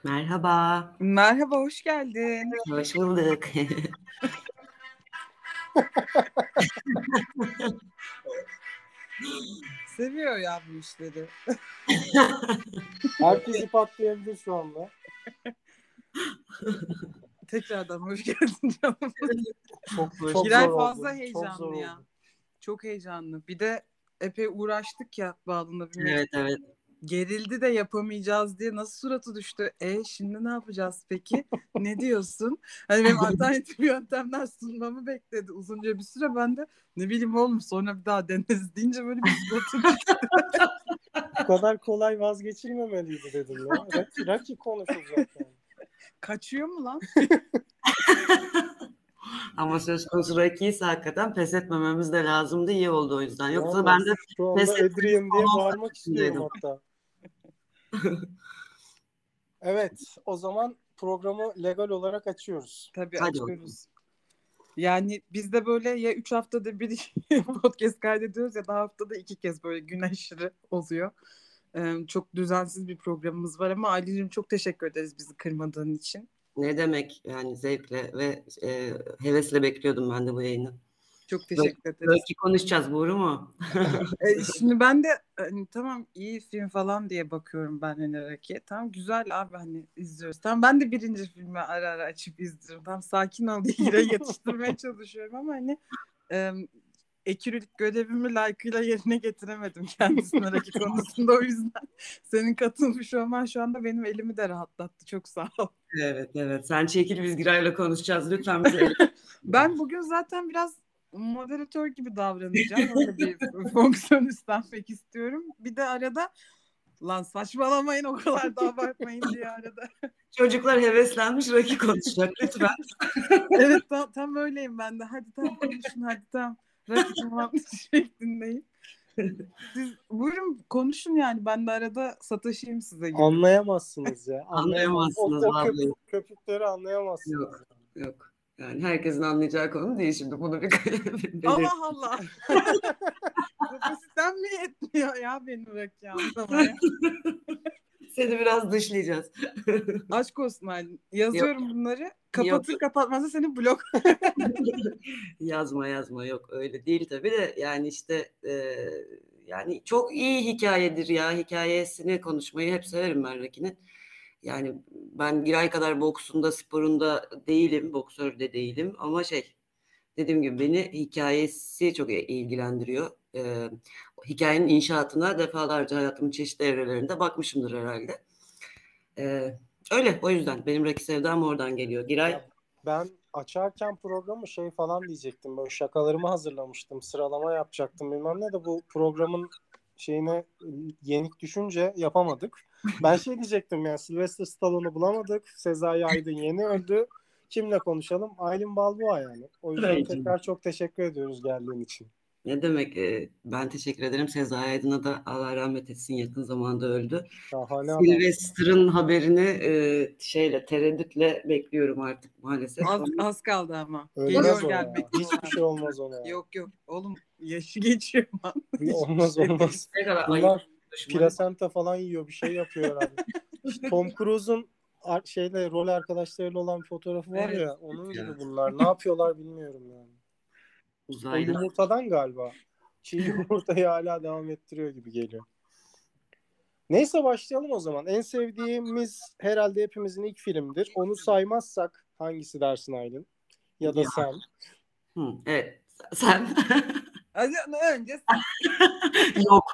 Merhaba, Merhaba, hoş geldin. hoş bulduk. Seviyor ya bu işleri. Herkesi patlayabilir şu anda. Tekrardan hoş geldin canım. Çok Giray zor fazla oldu. Çok zor heyecanlı ya. oldu. Çok heyecanlı. Bir de epey uğraştık ya bağlanabilmek Evet, için. evet. Gerildi de yapamayacağız diye nasıl suratı düştü. Şimdi ne yapacağız peki? Ne diyorsun? Hani benim alternatif yöntemler sunmamı bekledi uzunca bir süre. Ben de ne bileyim oğlum sonra bir daha deneriz deyince böyle bir suratı düştü. Bu kadar kolay vazgeçilmemeliydi dedim ya. Rocky konuşulacak yani. Kaçıyor mu lan? Ama söz konusu Rocky'yse hakikaten pes etmememiz de lazımdı. İyi oldu o yüzden. Yoksa Vallahi ben de şu pes anda etmeyi Adrian diye falan bağırmak istiyorum sakındaydım. hatta. Evet, o zaman programı legal olarak açıyoruz. Tabii Hadi bakalım. açıyoruz. Yani biz de böyle ya 3 haftada bir podcast kaydediyoruz ya da haftada 2 kez böyle gün aşırı oluyor. Çok düzensiz bir programımız var ama Ali'cim çok teşekkür ederiz bizi kırmadığın için. Ne demek yani zevkle ve hevesle bekliyordum ben de bu yayını. Çok teşekkür ederiz. Rocky konuşacağız, doğru mu? Şimdi ben de hani, tamam iyi film falan diye bakıyorum ben hani Rocky. Tamam güzel abi hani izliyoruz. Tamam ben de birinci filmi ara ara açıp izliyorum. Tamam sakin ol diye yine yetiştirmeye çalışıyorum ama hani e, ekürülük görevimi layıkıyla yerine getiremedim kendisine Rocky konusunda. O yüzden senin katılmış olman şu anda benim elimi de rahatlattı. Çok sağ ol. Evet, evet. Sen çekil, biz Giray'la konuşacağız. Lütfen bize. Ben bugün zaten biraz moderatör gibi davranacağım. Öyle bir fonksiyon üstlenmek istiyorum. Bir de arada lan saçmalamayın o kadar da abartmayın diye arada. Çocuklar heveslenmiş, Rocky konuşacak. Lütfen. Evet tam öyleyim ben de. Hadi tamam konuşun hadi tamam. Rocky tamam şeklindeyim. Siz buyurun konuşun yani ben de arada sataşayım size gibi. Anlayamazsınız ya. Anlayamazsınız O vallahi. köpükleri anlayamazsınız. Yok, yok. Yani herkesin anlayacağı konu değil şimdi. Bunu bir belir. Allah Allah. Kapasitem mi yetmiyor ya benim Rocky anlamaya? Seni biraz dışlayacağız. Aşk olsun Aylin. Yok, Yazıyorum bunları. yok. Kapatır kapatmazsa seni blok. Yazma yazma, yok öyle değil tabii de yani işte yani çok iyi hikayedir ya, hikayesini konuşmayı hep severim ben Rocky'nin. Yani ben Giray kadar boksunda sporunda değilim, boksör de değilim ama dediğim gibi beni hikayesi çok ilgilendiriyor. Hikayenin inşaatına defalarca hayatımın çeşitli evrelerinde bakmışımdır herhalde. E, Öyle, o yüzden benim Rocky sevdam oradan geliyor. Giray. Ya ben açarken programı şey falan diyecektim. Böyle şakalarımı hazırlamıştım. Sıralama yapacaktım bilmem ne de bu programın şeyine yenik düşünce yapamadık. Ben şey diyecektim yani Sylvester Stallone'u bulamadık. Sezai Aydın yeni öldü. Kimle konuşalım? Aylin Balboa yani. O yüzden Sıraycığım. tekrar çok teşekkür ediyoruz geldiğin için. Ne demek? Ben teşekkür ederim. Sezai Aydın'a da Allah rahmet etsin, yakın zamanda öldü. Şahane adam. Sylvester'ın haberini tereddütle bekliyorum artık maalesef. Az kaldı ama. Ölmez Geliyor o ya. gelmek Hiçbir şey olmaz ona ya. Yok oğlum yaşı geçiyor lan. Olmaz Hiçbir şey değil. olmaz. Ne kadar ayıp Bunlar konuşma. plasenta falan yiyor. Bir şey yapıyor herhalde. İşte Tom Cruise'un rol arkadaşlarıyla olan bir fotoğrafı var Evet. ya. Onun Ya, gibi bunlar. Ne yapıyorlar bilmiyorum yani. O uzaylı. yumurtadan galiba. Çiğ yumurtayı hala devam ettiriyor gibi geliyor. Neyse başlayalım o zaman. En sevdiğimiz herhalde hepimizin ilk filmdir. Onu saymazsak hangisi dersin Aylin? Ya da Ya, sen. evet. Sen. Hadi önce sen. Yok.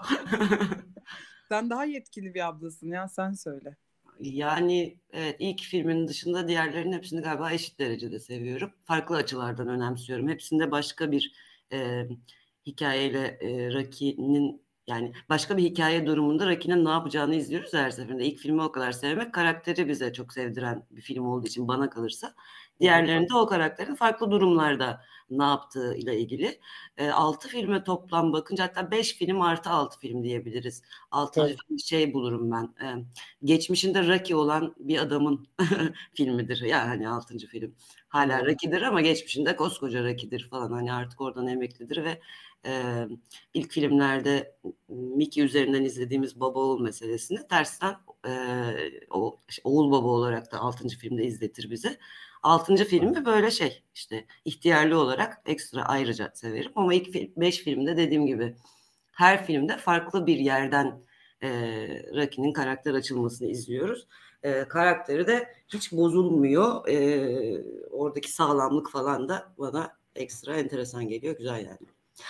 Sen daha yetkili bir ablasın ya sen söyle. Yani evet, ilk filmin dışında diğerlerinin hepsini galiba eşit derecede seviyorum. Farklı açılardan önemsiyorum. Hepsinde başka bir e, hikayeyle Rocky'nin, yani başka bir hikaye durumunda Rocky'nin ne yapacağını izliyoruz her seferinde. İlk filmi o kadar sevmek, karakteri bize çok sevdiren bir film olduğu için bana kalırsa. Hı hı. Diğerlerinde o karakterin farklı durumlarda ne yaptığıyla ilgili. 6 filme toplam bakınca, hatta 5 film artı 6 film diyebiliriz. 6. Evet. film bulurum ben. Geçmişinde Rocky olan bir adamın filmidir. Yani hani 6. film. Hala Hı. Rocky'dir ama geçmişinde koskoca Rocky'dir falan. Hani artık oradan emeklidir ve e, ilk filmlerde Mickey üzerinden izlediğimiz baba oğul meselesini tersten o Oğul Baba olarak da 6. filmde izletir bize. 6. filmi böyle işte ihtiyarlı olarak ekstra ayrıca severim. Ama ilk 5 filmde dediğim gibi her filmde farklı bir yerden Rocky'nin karakter açılmasını izliyoruz. Karakteri de hiç bozulmuyor. Oradaki sağlamlık falan da bana ekstra enteresan geliyor. Güzel yani.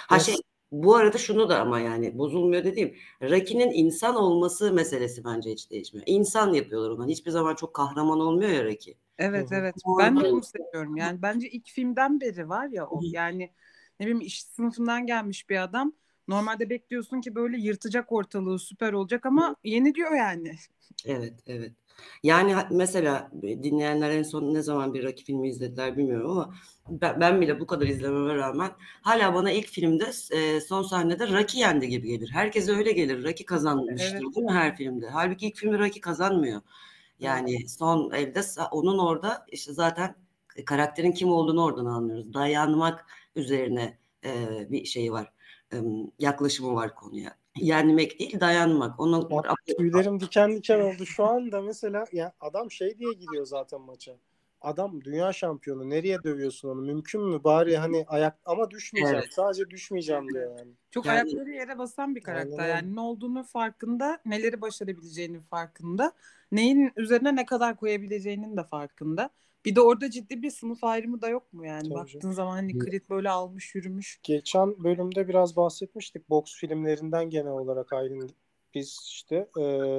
Bu arada şunu da ama yani bozulmuyor dediğim Rocky'nin insan olması meselesi bence hiç değişmiyor. İnsan yapıyorlar onu. Hiçbir zaman çok kahraman olmuyor ya Rocky. Evet evet. Ben de onu seviyorum. Yani bence ilk filmden beri var ya o. Yani ne bileyim iş sınıfından gelmiş bir adam. Normalde bekliyorsun ki böyle yırtacak ortalığı, süper olacak ama yeniliyor yani. Evet, evet. Yani mesela dinleyenler en son ne zaman bir Rocky filmi izlediler bilmiyorum ama ben bile bu kadar izlememe rağmen hala bana ilk filmde son sahnede Rocky yendi gibi gelir. Herkese öyle gelir. Rocky kazanmıştır Evet. değil mi her filmde? Halbuki ilk filmi Rocky kazanmıyor. Yani son elde onun orada işte zaten karakterin kim olduğunu oradan anlıyoruz. Dayanmak üzerine bir şey var. Yaklaşımı var konuya. Yenmek değil dayanmak. Onu tüylerim diken diken oldu şu anda mesela ya adam şey diye gidiyor zaten maça. Adam dünya şampiyonu. Nereye dövüyorsun onu? Mümkün mü? Bari hani ayak ama düşmeyeceğim. Evet. Sadece düşmeyeceğim diyor yani. Çok Yani, ayakları yere basan bir karakter. Yani ne olduğunu farkında, neleri başarabileceğinin farkında, neyin üzerine ne kadar koyabileceğinin de farkında. Bir de orada ciddi bir sınıf ayrımı da yok mu yani? Tabii Baktığın canım. zaman hani Creed böyle almış yürümüş. Geçen bölümde biraz bahsetmiştik boks filmlerinden genel olarak Aylin. Biz işte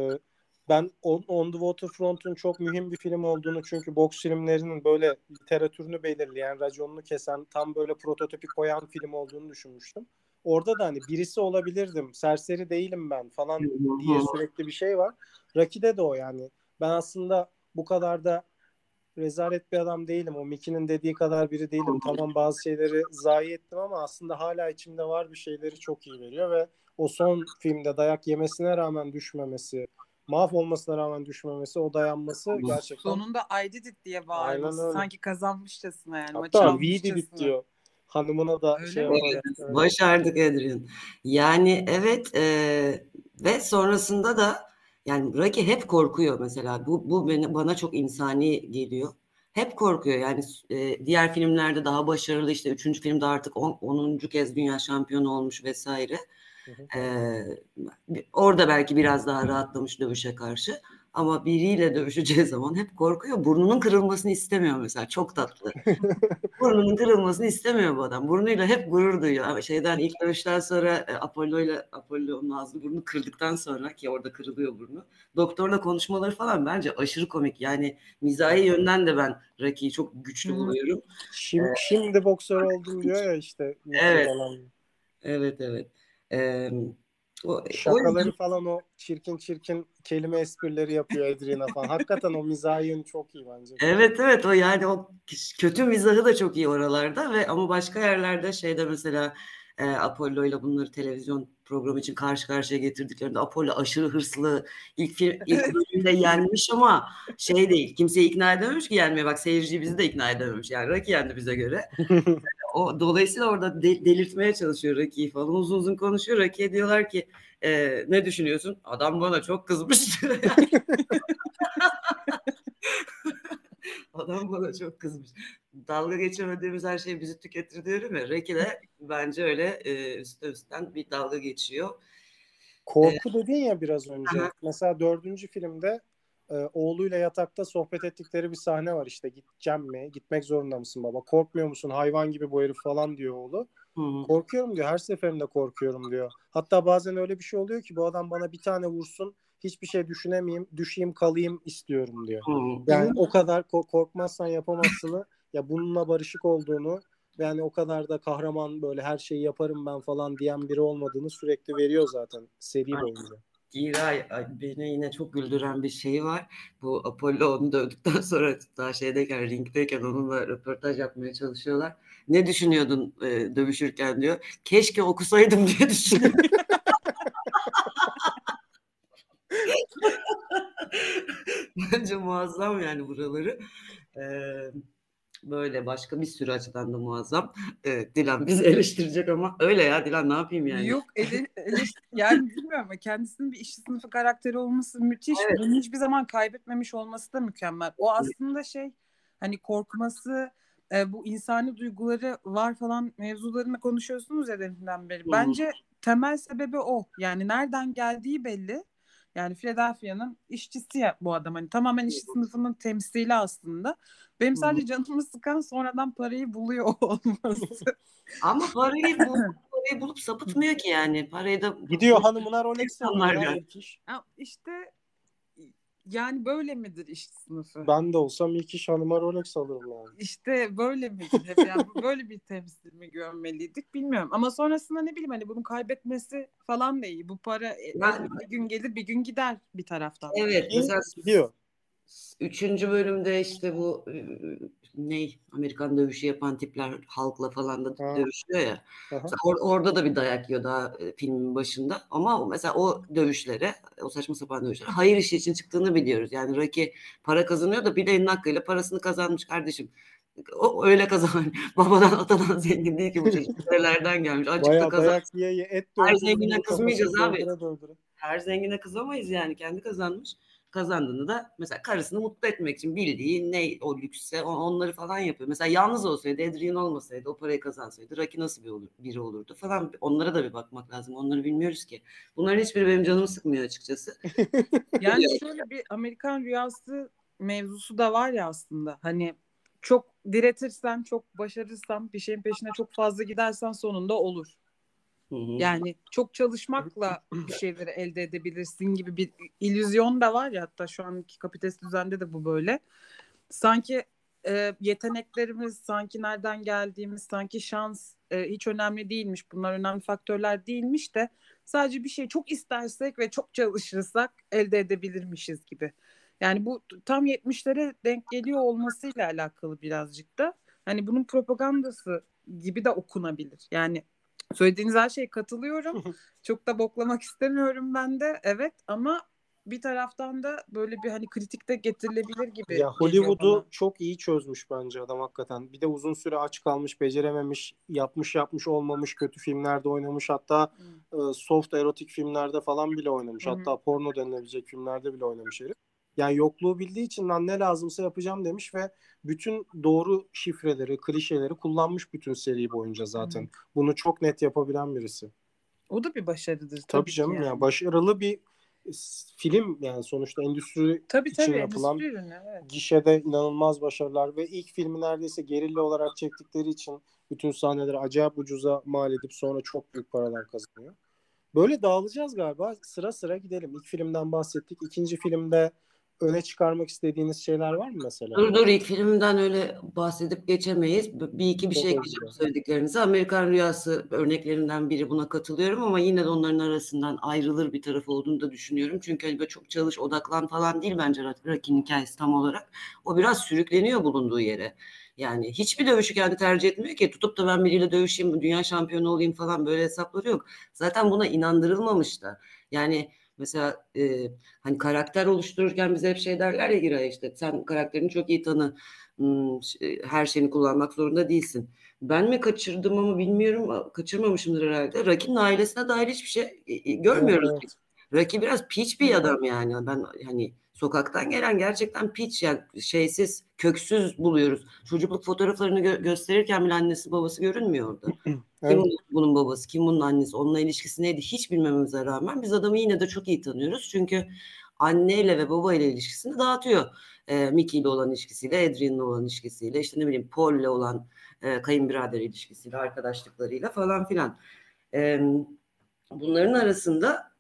ben On the Waterfront'un çok mühim bir film olduğunu çünkü boks filmlerinin böyle literatürünü belirleyen, raconunu kesen, tam böyle prototipi koyan film olduğunu düşünmüştüm. Orada da hani birisi olabilirdim, serseri değilim ben falan diye sürekli bir şey var. Rocky'de de o yani. Ben aslında bu kadar da rezalet bir adam değilim. O Mickey'nin dediği kadar biri değilim. Tamam bazı şeyleri zayi ettim ama aslında hala içimde var bir şeyleri çok iyi veriyor ve o son filmde dayak yemesine rağmen düşmemesi, mahvolmasına rağmen düşmemesi, o dayanması gerçekten Sonunda I did it diye aynen bağırması. öyle. Sanki kazanmışçasına yani. Maçı Hatta we did it almışçasına. diyor. Hanımına da Öyle şey mi? yapıyor. Evet. başardık Adrian. Yani evet ve sonrasında da yani Rocky hep korkuyor mesela. Bu bana çok insani geliyor. Hep korkuyor. Yani diğer filmlerde daha başarılı işte 3. filmde artık 10. kez dünya şampiyonu olmuş vesaire. Hı hı. Orada belki biraz daha rahatlamış dövüşe karşı. Ama biriyle dövüşeceği zaman hep korkuyor. Burnunun kırılmasını istemiyor mesela. Çok tatlı. Burnunun kırılmasını istemiyor bu adam. Burnuyla hep gurur duyuyor. Ama ilk dövüşten sonra Apollo'nun ağzını burnunu kırdıktan sonra ki orada kırılıyor burnu. Doktorla konuşmaları falan bence aşırı komik. Yani mizahi yönden de ben Rocky'yi çok güçlü buluyorum. Şimdi boksör oldum diyor ya işte Mickey Evet, falan. evet, evet. Ee, o Şakaları falan o çirkin çirkin kelime esprileri yapıyor Adriana falan. Hakikaten o mizahi yönü çok iyi bence. Evet, evet, o yani o kötü mizahı da çok iyi oralarda ve ama başka yerlerde mesela Apollo ile bunları televizyon programı için karşı karşıya getirdiklerinde Apollo aşırı hırslı ilk bölümde yenmiş ama değil kimseyi ikna edememiş ki yenmeye bak seyirciyi bizi de ikna edememiş yani Rocky yendi bize göre. O dolayısıyla orada delirtmeye çalışıyor Rocky'yi falan uzun uzun konuşuyor. Rocky'ye diyorlar ki ne düşünüyorsun? Adam bana çok kızmış. Adam bana çok kızmış. Dalga geçemediğimiz her şey bizi tüketir diyorum ya. Rocky de bence öyle üstten bir dalga geçiyor. Korku dedin ya biraz önce. Aha. Mesela dördüncü filmde oğluyla yatakta sohbet ettikleri bir sahne var işte. Gideceğim mi? Gitmek zorunda mısın baba? Korkmuyor musun? Hayvan gibi bu herif falan diyor oğlu. Hı-hı. Korkuyorum diyor. Her seferinde korkuyorum diyor. Hatta bazen öyle bir şey oluyor ki bu adam bana bir tane vursun. Hiçbir şey düşünemeyeyim. Düşeyim kalayım istiyorum diyor. Yani o kadar korkmazsan yapamazsını ya bununla barışık olduğunu yani o kadar da kahraman böyle her şeyi yaparım ben falan diyen biri olmadığını sürekli veriyor zaten seri boyunca. Giray beni yine çok güldüren bir şey var. Bu Apollo onu dövdükten sonra daha ringdeyken onunla röportaj yapmaya çalışıyorlar. Ne düşünüyordun dövüşürken diyor. Keşke okusaydım diye düşünüyorum. Bence muazzam yani buraları. Böyle başka bir sürü açıdan da muazzam. Dilan bizi eleştirecek ama öyle ya Dilan, ne yapayım yani. Yok yani bilmiyorum ama kendisinin bir işçi sınıfı karakteri olması müthiş. Evet. Bunu hiçbir zaman kaybetmemiş olması da mükemmel. O aslında hani korkması, bu insani duyguları var falan mevzularını konuşuyorsunuz ya deminden beri. Bence temel sebebi o. Yani nereden geldiği belli. Yani Philadelphia'nın işçisi ya bu adam. Hani tamamen işçi sınıfının temsili aslında. Benim sadece canımı sıkan sonradan parayı buluyor olması. Ama parayı bulup sapıtmıyor ki yani. Parayı da Gidiyor hanımına Rolex alıyor insanlar ya yani. ilk iş. İşte yani böyle midir işçi sınıfı? Ben de olsam ilk iş hanıma Rolex alırım yani. İşte böyle midir hep yani böyle bir temsil mi görmeliydik bilmiyorum. Ama sonrasında ne bileyim hani bunu kaybetmesi falan da iyi. Bu para Yani, bir gün gelir bir gün gider bir taraftan. evet mesela Gidiyor. 3. bölümde işte bu Amerikan dövüşü yapan tipler halkla falan da Ha. dövüşüyor ya. Aha. Orada da bir dayak yiyor daha filmin başında. Ama mesela o dövüşlere, o saçma sapan dövüşlere hayır işi için çıktığını biliyoruz. Yani Rocky para kazanıyor da bileğinin hakkıyla parasını kazanmış kardeşim. O öyle kazan. Babadan atadan zengin değil ki bu çocuk. Nerelerden gelmiş. Açıkta Bayağı kazan. dayak yiye et Her dövdüre zengine yiye kızmayacağız kafasını abi. dövdüre. Her zengine kızamayız yani. Kendi kazanmış. Kazandığını da mesela karısını mutlu etmek için bildiği ne o lüksse onları falan yapıyor. Mesela yalnız olsaydı, Adrian olmasaydı, o parayı kazansaydı Rocky nasıl biri olurdu falan. Onlara da bir bakmak lazım. Onları bilmiyoruz ki. Bunların hiçbiri benim canımı sıkmıyor açıkçası. Yani şöyle bir Amerikan rüyası mevzusu da var ya aslında. Hani çok diretirsen, çok başarırsan, bir şeyin peşine çok fazla gidersen sonunda olur. Hı hı. Yani çok çalışmakla bir şeyleri elde edebilirsin gibi bir illüzyon da var ya, hatta şu anki kapitalist düzende de bu böyle. Sanki yeteneklerimiz, sanki nereden geldiğimiz, sanki şans hiç önemli değilmiş. Bunlar önemli faktörler değilmiş de sadece bir şeyi çok istersek ve çok çalışırsak elde edebilirmişiz gibi. Yani bu tam 70'lere denk geliyor olmasıyla alakalı birazcık da. Hani bunun propagandası gibi de okunabilir. Yani söylediğiniz her şeye katılıyorum. Çok da boklamak istemiyorum ben de. Evet ama bir taraftan da böyle bir hani kritik de getirilebilir gibi Ya geliyor bana. Hollywood'u çok iyi çözmüş bence adam hakikaten. Bir de uzun süre aç kalmış, becerememiş, yapmış olmamış, kötü filmlerde oynamış. Hatta soft erotik filmlerde falan bile oynamış. Hı hı. Hatta porno denilebilecek filmlerde bile oynamış herif. Yani yokluğu bildiği için lan ne lazımsa yapacağım demiş ve bütün doğru şifreleri, klişeleri kullanmış bütün seri boyunca zaten. Hı. Bunu çok net yapabilen birisi. O da bir başarıdır Tabii tabii ki canım ya yani. başarılı bir film yani sonuçta endüstri Tabii için endüstri yapılan ürünü, evet. gişede inanılmaz başarılar ve ilk filmi neredeyse gerilla olarak çektikleri için bütün sahneleri acayip ucuza mal edip sonra çok büyük paralar kazanıyor. Böyle dağılacağız galiba. Sıra sıra gidelim. İlk filmden bahsettik. İkinci filmde öne çıkarmak istediğiniz şeyler var mı mesela? Dur ilk filmden öyle bahsedip geçemeyiz. Bir iki bir Çok şey özür ekleyeceğim dilerim. söylediklerinize. Amerikan Rüyası örneklerinden biri, buna katılıyorum ama yine de onların arasından ayrılır bir taraf olduğunu da düşünüyorum. Çünkü hani böyle çok çalış, odaklan falan değil bence Rocky'nin hikayesi tam olarak. O biraz sürükleniyor bulunduğu yere. Yani hiçbir dövüşü kendi tercih etmiyor ki. Tutup da ben biriyle dövüşeyim, dünya şampiyonu olayım falan, böyle hesapları yok. Zaten buna inandırılmamış da. Yani mesela hani karakter oluştururken bize hep şey derler ya Giray, işte sen karakterini çok iyi tanı. Her şeyini kullanmak zorunda değilsin. Ben mi kaçırdım ama bilmiyorum. Kaçırmamışımdır herhalde. Raki'nin ailesine dair hiçbir şey Evet, görmüyoruz. evet. Raki biraz piç bir adam yani. Ben hani sokaktan gelen gerçekten piç, yani şeysiz, köksüz buluyoruz. Çocukluk fotoğraflarını gösterirken bile annesi babası görünmüyor orada. Kim Evet. bunun babası, kim bunun annesi, onunla ilişkisi neydi hiç bilmememize rağmen biz adamı yine de çok iyi tanıyoruz. Çünkü anneyle ve babayla ilişkisini dağıtıyor. Mickey ile olan ilişkisiyle, Adrian'la olan ilişkisiyle, işte ne bileyim Paul ile olan kayınbirader ilişkisiyle, arkadaşlıklarıyla falan filan. E, Bunların arasında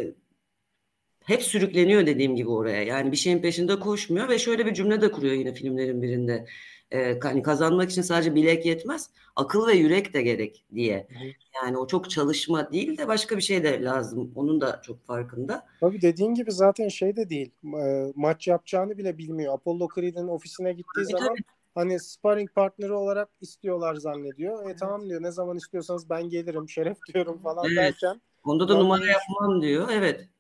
hep sürükleniyor dediğim gibi oraya. Yani bir şeyin peşinde koşmuyor ve şöyle bir cümle de kuruyor yine filmlerin birinde. Hani kazanmak için sadece bilek yetmez, akıl ve yürek de gerek diye. Yani o çok çalışma değil de başka bir şey de lazım. Onun da çok farkında. Tabii dediğin gibi zaten şey de değil. Maç yapacağını bile bilmiyor. Apollo Creed'in ofisine gittiği Tabii zaman tabii. hani sparring partneri olarak istiyorlar zannediyor. Tamam diyor, ne zaman istiyorsanız ben gelirim, şeref diyorum falan Evet. derken Onda da lan numara neymiş? yapmam diyor. Evet.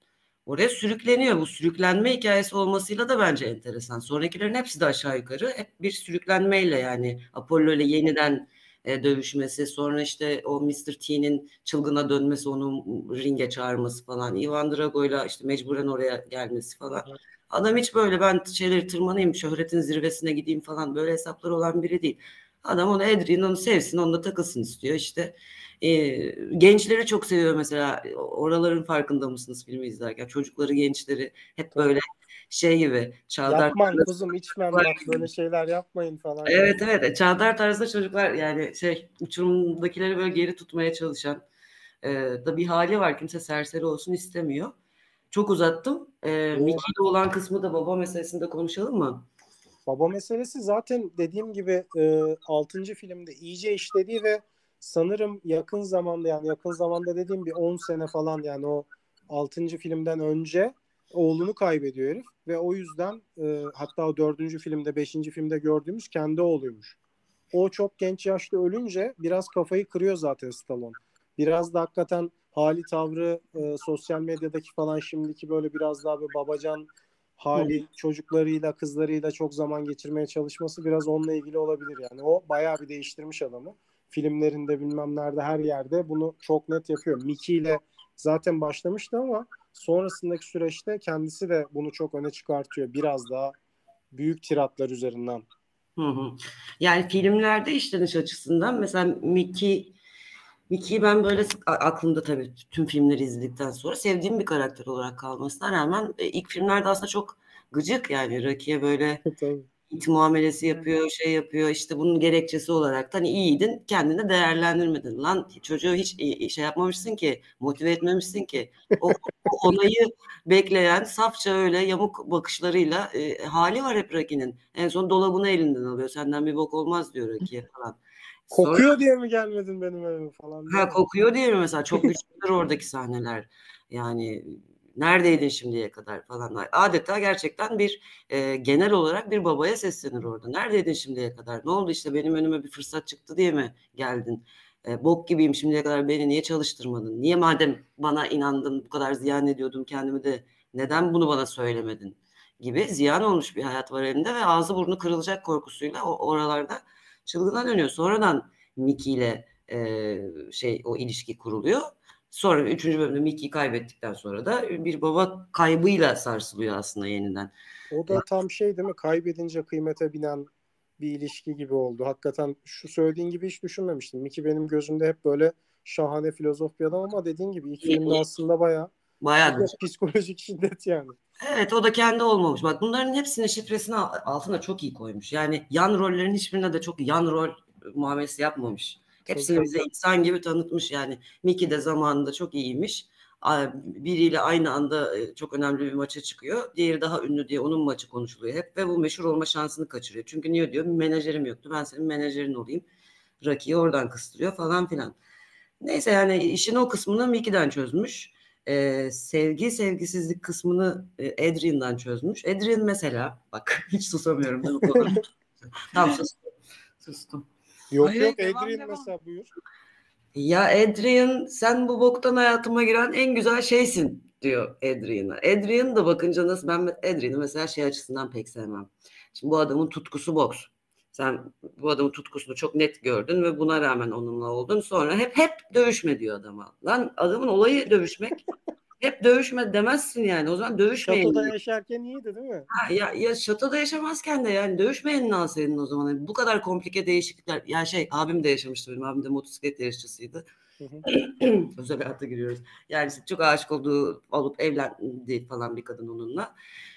oraya sürükleniyor. Bu sürüklenme hikayesi olmasıyla da bence enteresan. Sonrakilerin hepsi de aşağı yukarı hep bir sürüklenmeyle, yani Apollo ile yeniden dövüşmesi, sonra işte o Mr. T'nin çılgına dönmesi, onu ringe çağırması falan, Ivan Drago'yla işte mecburen oraya gelmesi falan. Adam hiç böyle ben şeyleri tırmanayım, şöhretin zirvesine gideyim falan, böyle hesapları olan biri değil. Adam onu, Adrian onu sevsin, onunla takılsın istiyor işte. Gençleri çok seviyor mesela. Oraların farkında mısınız filmi izlerken? Çocukları, gençleri hep Tabii. böyle şey gibi, Çağdar Yapman tarzı kuzum içmem çocuklar bak gibi. böyle şeyler yapmayın falan gibi. Evet, evet, Çağdar tarzda çocuklar, yani şey, uçurumdakileri böyle geri tutmaya çalışan da bir hali var. Kimse serseri olsun istemiyor. Çok uzattım. Yo, Mickey'de olan kısmı da, baba meselesinde konuşalım mı? baba meselesi zaten dediğim gibi 6. filmde iyice işlediği ve sanırım yakın zamanda, yani yakın zamanda dediğim bir 10 sene falan, yani o 6. filmden önce oğlunu kaybediyor herif ve o yüzden hatta o 4. filmde, 5. filmde gördüğümüz kendi oğluymuş. O çok genç yaşta ölünce biraz kafayı kırıyor zaten Stallone. Biraz da hakikaten hali tavrı, sosyal medyadaki falan şimdiki böyle biraz daha bir babacan Hı. hali, çocuklarıyla kızlarıyla çok zaman geçirmeye çalışması biraz onunla ilgili olabilir yani. O bayağı bir değiştirmiş adamı. Filmlerinde bilmem nerede her yerde bunu çok net yapıyor. Mickey ile zaten başlamıştı ama sonrasındaki süreçte kendisi de bunu çok öne çıkartıyor. Biraz daha büyük tiratlar üzerinden. Hı hı. Yani filmlerde işleniş açısından mesela Mickey'i ben böyle aklımda, tabii tüm filmleri izledikten sonra sevdiğim bir karakter olarak kalmasına rağmen ilk filmlerde aslında çok gıcık, yani Rocky'ye böyle Tabii. it muamelesi yapıyor, şey yapıyor, işte bunun gerekçesi olarak hani iyiydin, kendini değerlendirmedin. Lan çocuğu hiç şey yapmamışsın ki, motive etmemişsin ki. O onayı bekleyen, safça öyle yamuk bakışlarıyla hali var hep Rocky'nin. En son dolabını elinden alıyor. Senden bir bok olmaz diyor Rocky'ye falan. Sonra Kokuyor diye mi gelmedin benim evime falan diyor ha, ya. kokuyor diye mi mesela, çok güçlüdür oradaki sahneler. Yani neredeydin şimdiye kadar falan. Adeta gerçekten bir genel olarak bir babaya seslenir orada. Neredeydin şimdiye kadar? Ne oldu, işte benim önüme bir fırsat çıktı diye mi geldin? Bok gibiyim şimdiye kadar, beni niye çalıştırmadın? Niye madem bana inandın, bu kadar ziyan ediyordum kendimi de, neden bunu bana söylemedin? Gibi ziyan olmuş bir hayat var elinde ve ağzı burnu kırılacak korkusuyla oralarda çılgına dönüyor. Sonradan Mickey ile şey, o ilişki kuruluyor. Sonra 3. bölümde Mickey'i kaybettikten sonra da bir baba kaybıyla sarsılıyor aslında yeniden. O E, da tam şey değil mi? Kaybedince kıymete binen bir ilişki gibi oldu. Hakikaten şu söylediğin gibi hiç düşünmemiştim. Mickey benim gözümde hep böyle şahane filozof bir adam ama dediğin gibi ilk filmde aslında bayağı bir Bayağı. de psikolojik şiddet yani. Evet, o da kendi olmamış. Bak, bunların hepsinin şifresini altına çok iyi koymuş. Yani yan rollerin hiçbirine de çok yan rol muamelesi yapmamış. Tabii. Hepsini bize insan gibi tanıtmış yani. Mickey de zamanında çok iyiymiş. Biriyle aynı anda çok önemli bir maça çıkıyor. Diğeri daha ünlü diye onun maçı konuşuluyor hep ve bu meşhur olma şansını kaçırıyor. Çünkü niye diyor? Menajerim yoktu. Ben senin menajerin olayım. Rocky'yi oradan kıstırıyor falan filan. Neyse, yani işin o kısmını Mickey'den çözmüş. Sevgi sevgisizlik kısmını Adrian'dan çözmüş. Adrian mesela, bak hiç susamıyorum ben bu konuda. Tamam, sustum. Sustum. Yok Hayır, yok devam Adrian devam. mesela buyur. Ya Adrian, sen bu boktan hayatıma giren en güzel şeysin diyor Adrian'a. Adrian da bakınca nasıl, ben Adrian'ı mesela şey açısından pek sevmem. Şimdi bu adamın tutkusu boks. Sen bu adamın tutkusunu çok net gördün ve buna rağmen onunla oldun. Sonra hep dövüşme diyor adama. Lan adamın olayı dövüşmek. Hep dövüşme demezsin yani. O zaman Şatoda dövüşmeyin. yaşarken iyiydi değil mi? Ya şatoda yaşamazken de yani dövüşmeyin alsaydın o zaman. Yani bu kadar komplike değişiklikler. Ya şey, abim de yaşamıştı benim. Abim de motosiklet yarışçısıydı. Hı hı. Özel hayata giriyoruz. Yani işte çok aşık olduğu, olup evlendi falan bir kadın onunla.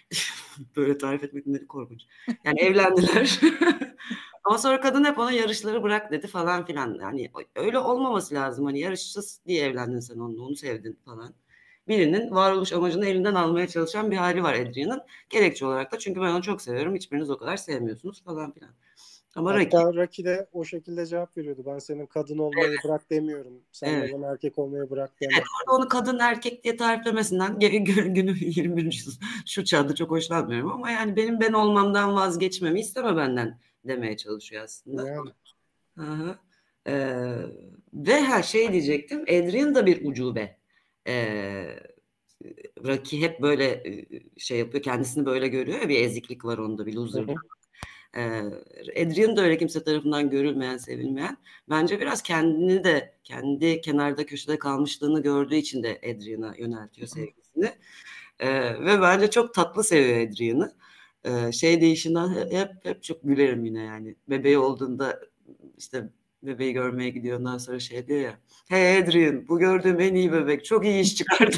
Böyle tarif etmek korkunç. Yani evlendiler. Ama sonra kadın hep ona yarışları bırak dedi falan filan. Yani öyle olmaması lazım. Hani yarışsız diye evlendin sen onunla, onu sevdin falan. Birinin varoluş amacını elinden almaya çalışan bir hali var Adrian'ın. Gerekçe olarak da çünkü ben onu çok seviyorum. Hiçbiriniz o kadar sevmiyorsunuz falan filan. Ama Rocky, Hatta Rocky de o şekilde cevap veriyordu. Ben senin kadın olmayı bırak demiyorum. Sen de evet. bana erkek olmayı bırak Evet, deme. orada onu kadın erkek diye tariflemesinden günü 21. şu çağda çok hoşlanmıyorum ama yani benim ben olmamdan vazgeçmemi isteme benden demeye çalışıyor aslında. Yani Hı hı. Ve her şey diyecektim. Adrian da bir ucube. Ee, Rocky hep böyle şey yapıyor. Kendisini böyle görüyor ya, bir eziklik var onda, bir Hı hı. loserlık. Adrian da öyle kimse tarafından görülmeyen, sevilmeyen. Bence biraz kendini de, kendi kenarda köşede kalmışlığını gördüğü için de Adrian'a yöneltiyor sevgisini. Ve bence çok tatlı seviyor Adrian'ı. Şey değişinden hep çok gülerim yine yani. Bebeği olduğunda işte bebeği görmeye gidiyor. Ondan sonra şey diyor ya. Hey Adrian, bu gördüğüm en iyi bebek. Çok iyi iş çıkardın.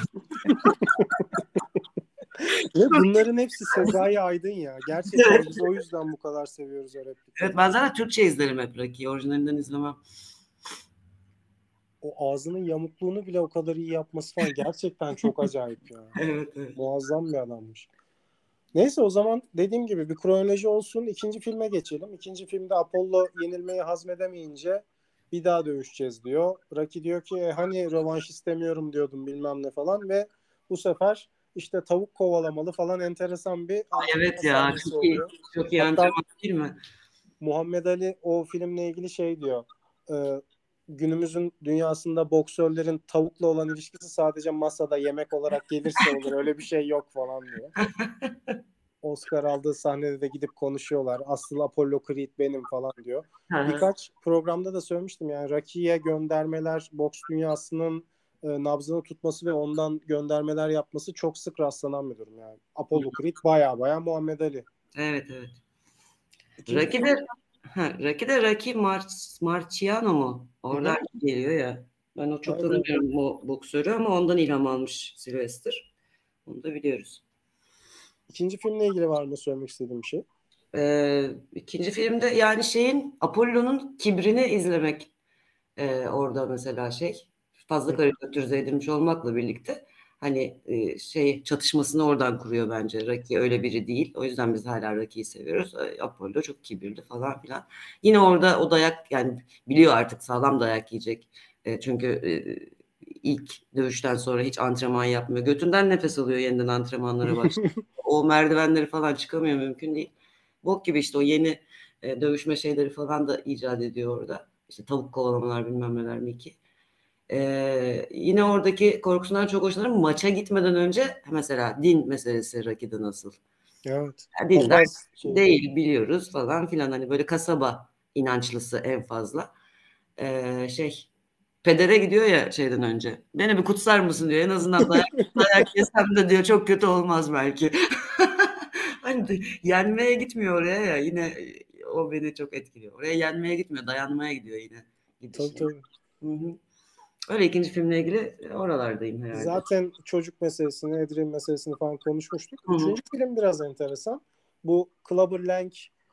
Ve bunların hepsi Sezai Aydın ya. Gerçekten biz o yüzden bu kadar seviyoruz o replikleri. Evet, ben zaten Türkçe izlerim hep Rocky'yi. Orijinalinden izlemem. O ağzının yamukluğunu bile o kadar iyi yapması falan gerçekten çok acayip ya. Evet, evet. Muazzam bir adammış. Neyse, o zaman dediğim gibi bir kronoloji olsun. İkinci filme geçelim. İkinci filmde Apollo yenilmeyi hazmedemeyince bir daha dövüşeceğiz diyor. Rocky diyor ki hani rövanş istemiyorum diyordum bilmem ne falan ve bu sefer işte tavuk kovalamalı falan, enteresan bir antrenman Evet ya, sahnesi çok iyi. oluyor. Çok iyi Hatta antrenman değil mi? Muhammed Ali o filmle ilgili şey diyor. e, Günümüzün dünyasında boksörlerin tavukla olan ilişkisi sadece masada yemek olarak gelirse olur. Öyle bir şey yok falan diyor. Oscar aldığı sahnede de gidip konuşuyorlar. Asıl Apollo Creed benim falan diyor. Hı hı. Birkaç programda da söylemiştim, yani Rocky'ye göndermeler, boks dünyasının nabzını tutması ve ondan göndermeler yapması çok sık rastlanan bir durum yani. Apollo Creed baya Muhammed Ali. Evet, evet. İkinci Rocky film de Rocky Marciano mu? hı hı. Oradan geliyor ya. Ben o çok Evet, evet. tanımıyorum o boksörü ama ondan ilham almış Sylvester. Onu da biliyoruz. İkinci filmle ilgili var mı söylemek istediğim bir şey? İkinci filmde yani şeyin, Apollo'nun kibrini izlemek, orada mesela şey, fazla Hı. karikatürize edilmiş olmakla birlikte hani şey çatışmasını oradan kuruyor bence. Rocky öyle biri değil. O yüzden biz hala Rocky'yi seviyoruz. Apollo çok kibirli falan filan. Yine orada o dayak, yani biliyor artık sağlam dayak yiyecek. Çünkü ilk dövüşten sonra hiç antrenman yapmıyor. Götünden nefes alıyor, yeniden antrenmanlara başlıyor. O merdivenleri falan çıkamıyor, mümkün değil. Bok gibi işte o yeni dövüşme şeyleri falan da icat ediyor orada. İşte tavuk kovalamalar bilmem neler Mickey. Yine oradaki korkusundan çok hoşlanırım. Maça gitmeden önce mesela din meselesi Rocky'de nasıl? Evet. Yani dindar Papaz şeyi. değil, biliyoruz falan filan, hani böyle kasaba inançlısı en fazla. Şey, pedere gidiyor ya şeyden önce. Beni bir kutsar mısın diyor. En azından dayak yesem de diyor çok kötü olmaz belki. Hani yenmeye gitmiyor oraya ya. Yine o beni çok etkiliyor. Oraya yenmeye gitmiyor. Dayanmaya gidiyor yine Tabii, gidişi. tabii. Hı hı. Öyle ikinci filmle ilgili oralardayım herhalde. Zaten çocuk meselesini, Edrin meselesini falan konuşmuştuk. Hı hı. Üçüncü film biraz enteresan. Bu Clubber Lang,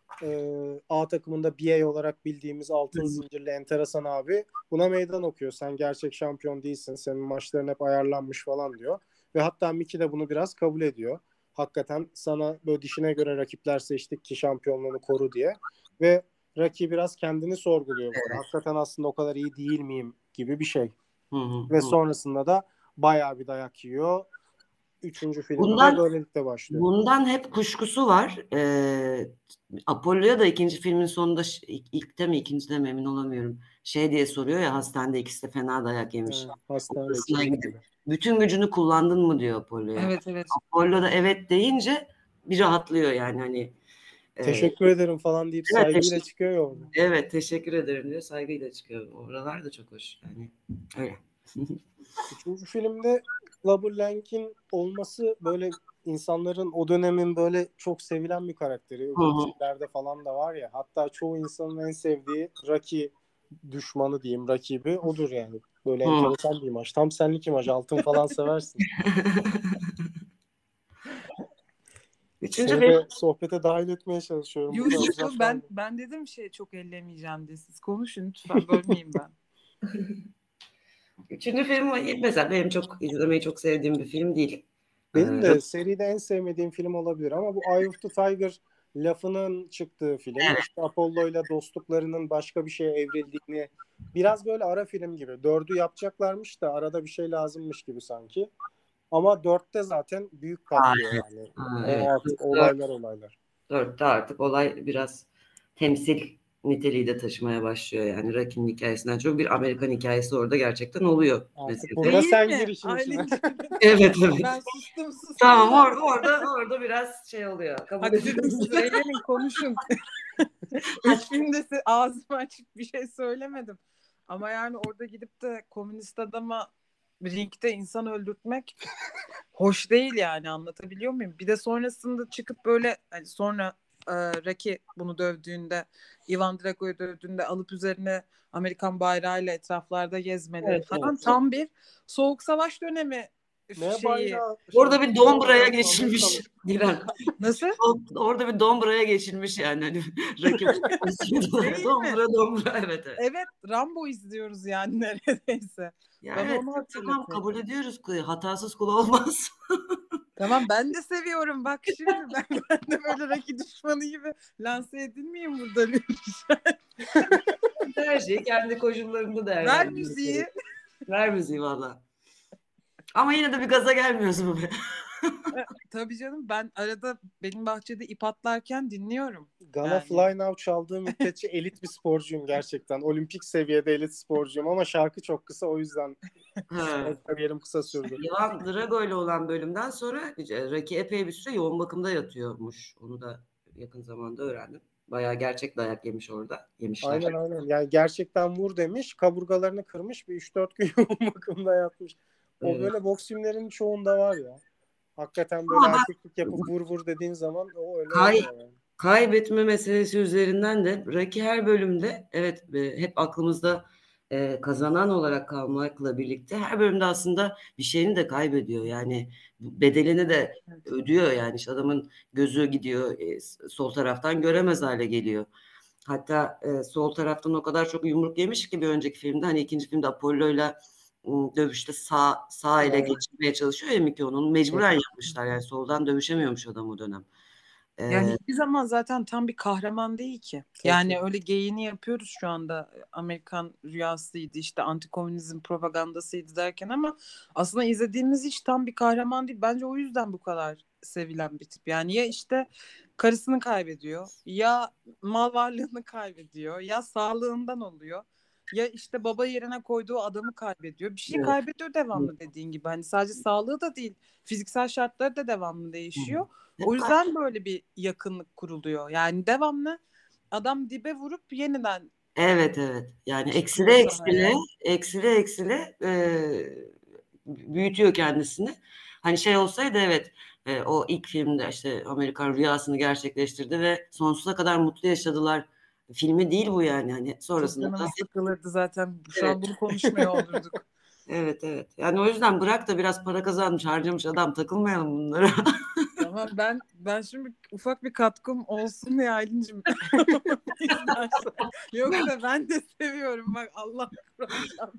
A takımında BA olarak bildiğimiz altın zincirli enteresan abi buna meydan okuyor. Sen gerçek şampiyon değilsin. Senin maçların hep ayarlanmış falan diyor. Ve hatta Mickey de bunu biraz kabul ediyor. Hakikaten sana böyle dişine göre rakipler seçtik ki şampiyonluğunu koru diye. Ve Rocky biraz kendini sorguluyor burada. Hakikaten aslında o kadar iyi değil miyim gibi bir şey. Hı hı. Ve Hı. sonrasında da bayağı bir dayak yiyor. Üçüncü filmde Bundan böylelikle başlıyor. bundan hep kuşkusu var. Apollo'ya da ikinci filmin sonunda ilkte mi ikincide mi emin olamıyorum. Şey diye soruyor ya, hastanede ikisi de fena dayak yemiş. Hastane Odasına içinde gidip gibi. bütün gücünü kullandın mı diyor Apollo'ya. Evet, evet. Apollo da evet deyince bir rahatlıyor yani, hani Teşekkür ederim falan deyip evet saygıyla çıkıyor ya orada. evet teşekkür ederim diyor, saygıyla çıkıyor. Oralar da çok hoş yani, öyle. Üçüncü filmde Clubber Lang'in olması böyle insanların o dönemin böyle çok sevilen bir karakteri. Hı Öbür hı. dizilerde falan da var ya. Hatta çoğu insanın en sevdiği Rocky düşmanı diyeyim, rakibi odur yani. Böyle Hı. enteresan bir imaj. Tam senlik imaj. Altın falan seversin. Üçüncü Seni film. de sohbete dahil etmeye çalışıyorum. Yo, Burada yo, uzak ben kalma. ben dedim çok ellemeyeceğim diye. Siz konuşun lütfen, bölmeyeyim ben. Üçüncü film mesela benim çok izlemeyi çok sevdiğim bir film değil. Benim de seride en sevmediğim film olabilir ama bu Eye of the Tiger lafının çıktığı film. Evet. İşte Apollo ile dostluklarının başka bir şeye evrildiğini, biraz böyle ara film gibi. Dördü yapacaklarmış da arada bir şey lazımmış gibi sanki. Ama dörtte zaten büyük patlıyor Evet. yani. Ha, O evet. artık olaylar. Dörtte artık olay biraz temsil. niteliği de taşımaya başlıyor yani. Rocky'nin hikayesinden çok bir Amerikan hikayesi orada gerçekten oluyor. Artık Mesela. burada Değil sen mi? gir işin içine. Aylin'cim. Evet evet. Ben sustum Tamam da. orada biraz şey oluyor. Kabul Hadi dedim ediyorum. siz eğlenin konuşun. Üç filmde ağzımı açıp bir şey söylemedim. Ama yani orada gidip de komünist adama ringde insan öldürtmek hoş değil yani, anlatabiliyor muyum? Bir de sonrasında çıkıp böyle hani sonra Rocky bunu dövdüğünde, Ivan Drago'yu dövdüğünde alıp üzerine Amerikan bayrağıyla etraflarda gezmeleri Evet, falan evet. tam bir Soğuk Savaş dönemi Ne şeyi. bayrağı? Orada bir Dombra'ya Amerikan, geçilmiş Amerikan. Dilan. Nasıl? Orada bir Dombra'ya geçilmiş yani. Hani rakip Değil mi? Dombra evet evet. Evet, Rambo izliyoruz yani neredeyse. Ya Bana evet onu tamam hatırlatıyor. kabul ediyoruz ki hatasız kul olmaz. Tamam, ben de seviyorum. Bak şimdi ben de böyle Rocky düşmanı gibi lanse edilmeyeyim burada lütfen. Her şeyi kendi koşullarında Ver değerlendirmek müziği. gerekiyor. Ver müziği valla. Ama yine de bir gaza gelmiyorsun be. Tabii canım, ben arada benim bahçede ip atlarken dinliyorum. Gonna Yani. Fly Now çaldığı müddetçe elit bir sporcuyum gerçekten. Olimpik seviyede elit sporcuyum ama şarkı çok kısa, o yüzden Ha. spor kariyerim kısa sürdü. Ivan Drago ile olan bölümden sonra Rocky epey bir süre yoğun bakımda yatıyormuş. Onu da yakın zamanda öğrendim. Bayağı gerçek dayak yemiş orada. Yemişler. Aynen aynen. Yani gerçekten vur demiş. Kaburgalarını kırmış. Bir 3-4 gün yoğun bakımda yatmış. O Evet. böyle boks filmlerinin çoğunda var ya. Hakikaten böyle Ama bak erkeklik yapıp vur vur dediğin zaman o öyle kay, olmuyor yani. kaybetme meselesi üzerinden de Rocky her bölümde evet hep aklımızda kazanan olarak kalmakla birlikte her bölümde aslında bir şeyini de kaybediyor. Yani bedelini de ödüyor yani işte adamın gözü gidiyor sol taraftan göremez hale geliyor. Hatta sol taraftan o kadar çok yumruk yemiş ki bir önceki filmde hani ikinci filmde Apollo'yla dövüşte sağ ele Evet. geçirmeye çalışıyor ya Mickey onu mecburen yapmışlar yani soldan dövüşemiyormuş adam o dönem. Yani hiçbir zaman zaten tam bir kahraman değil ki. Yani Tabii. öyle geyiğini yapıyoruz şu anda. Amerikan rüyasıydı, işte antikomünizm propagandasıydı derken, ama aslında izlediğimiz hiç tam bir kahraman değil. Bence o yüzden bu kadar sevilen bir tip. Yani ya işte karısını kaybediyor, ya mal varlığını kaybediyor, ya sağlığından oluyor. Ya işte baba yerine koyduğu adamı kaybediyor. Bir şey Evet. kaybediyor devamlı, dediğin gibi. Hani sadece sağlığı da değil, fiziksel şartları da devamlı değişiyor. O Hep yüzden böyle bir yakınlık kuruluyor. Yani devamlı adam dibe vurup yeniden evet evet. Yani çıkıyor sahaya. eksile büyütüyor kendisini. Hani şey olsaydı evet o ilk filmde işte Amerikan rüyasını gerçekleştirdi ve sonsuza kadar mutlu yaşadılar. Filmi değil bu yani. Hani Çok sonrasında da canımız sıkılırdı zaten. Şu evet. an bunu konuşmuyor olurduk. Evet evet. Yani o yüzden bırak da biraz para kazanmış, harcamış adam takılmayalım bunlara. Tamam, ben şimdi ufak bir katkım olsun ya Aylin'cim. İstersen. Yoksa ben de seviyorum. Bak Allah kuracağım.